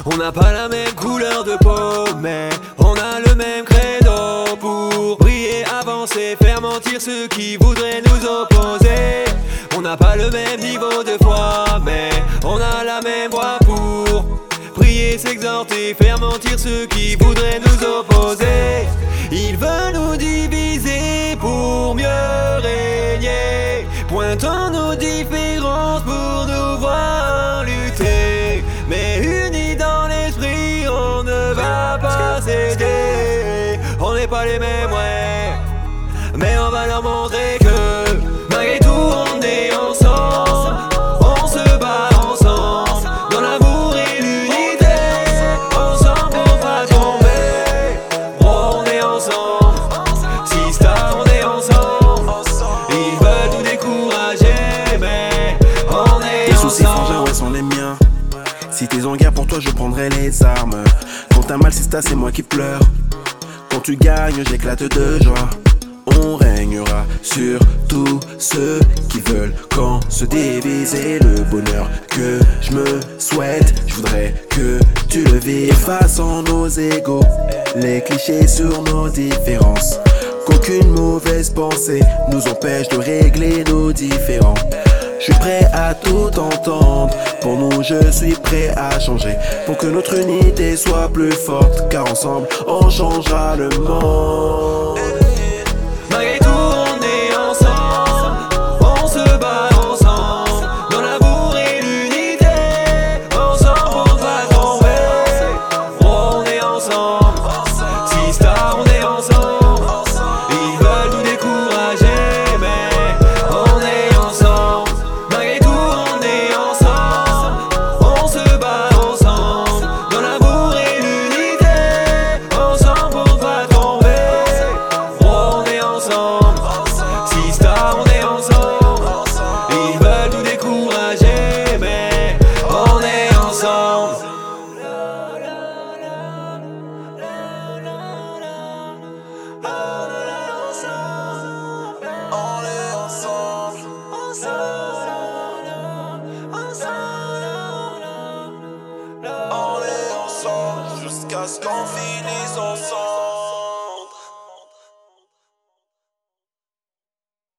On n'a pas la même couleur de peau, mais on a le même credo pour briller, avancer, faire mentir ceux qui voudraient nous opposer. On n'a pas le même niveau de foi, mais on a la même voix pour prier, s'exhorter, faire mentir ceux qui voudraient nous opposer. Ils veulent nous diviser pour mieux régner, pointant nos différences pour nous voir lutter. Mais unis dans l'esprit, on ne va pas céder. On n'est pas les mêmes, ouais, mais on va leur montrer que malgré tout on est ensemble. On se bat ensemble dans l'amour et l'unité. Ensemble on va tomber. Bro, on est ensemble. Sista, on est ensemble. Ils veulent tout décourager, mais on est tes soucis frangins, ensemble. ouais, sont les miens. Si t'es en guerre, pour toi je prendrai les armes. Quand t'as mal, Sista, c'est moi qui pleure. Quand tu gagnes, j'éclate de joie. On régnera sur tous ceux qui veulent quand se diviser. Le bonheur que je me souhaite, je voudrais que tu le vives. Effaçant nos égos, les clichés sur nos différences. Qu'aucune mauvaise pensée nous empêche de régler nos différends. Je suis prêt à tout entendre, pour nous je suis prêt à changer, pour que notre unité soit plus forte, car ensemble on changera le monde. Malgré tout on est ensemble. On se bat ensemble dans l'amour et l'unité. Ensemble on va tomber. On est ensemble. Sista, on est ensemble. Ils veulent nous décourager, mais on est ensemble. Malgré tout on est ensemble. On se bat ensemble dans l'amour et l'unité. Ensemble on va tomber. On est ensemble. Sista, on est ensemble. Ils veulent nous décourager, mais on est ensemble. On est ensemble jusqu'à ce qu'on finisse ensemble.